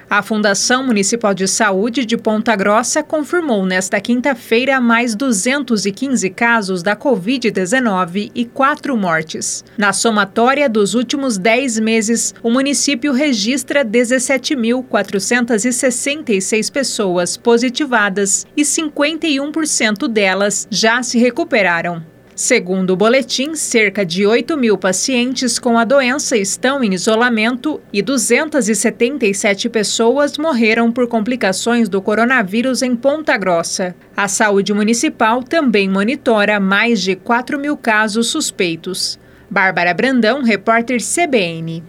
A Fundação Municipal de Saúde de Ponta Grossa confirmou nesta quinta-feira mais 215 casos da Covid-19 e 4 mortes. Na somatória dos últimos 10 meses, o município registra 17.466 pessoas positivadas e 51% delas já se recuperaram. Segundo o boletim, cerca de 8.000 pacientes com a doença estão em isolamento e 277 pessoas morreram por complicações do coronavírus em Ponta Grossa. A saúde municipal também monitora mais de 4.000 casos suspeitos. Bárbara Brandão, repórter CBN.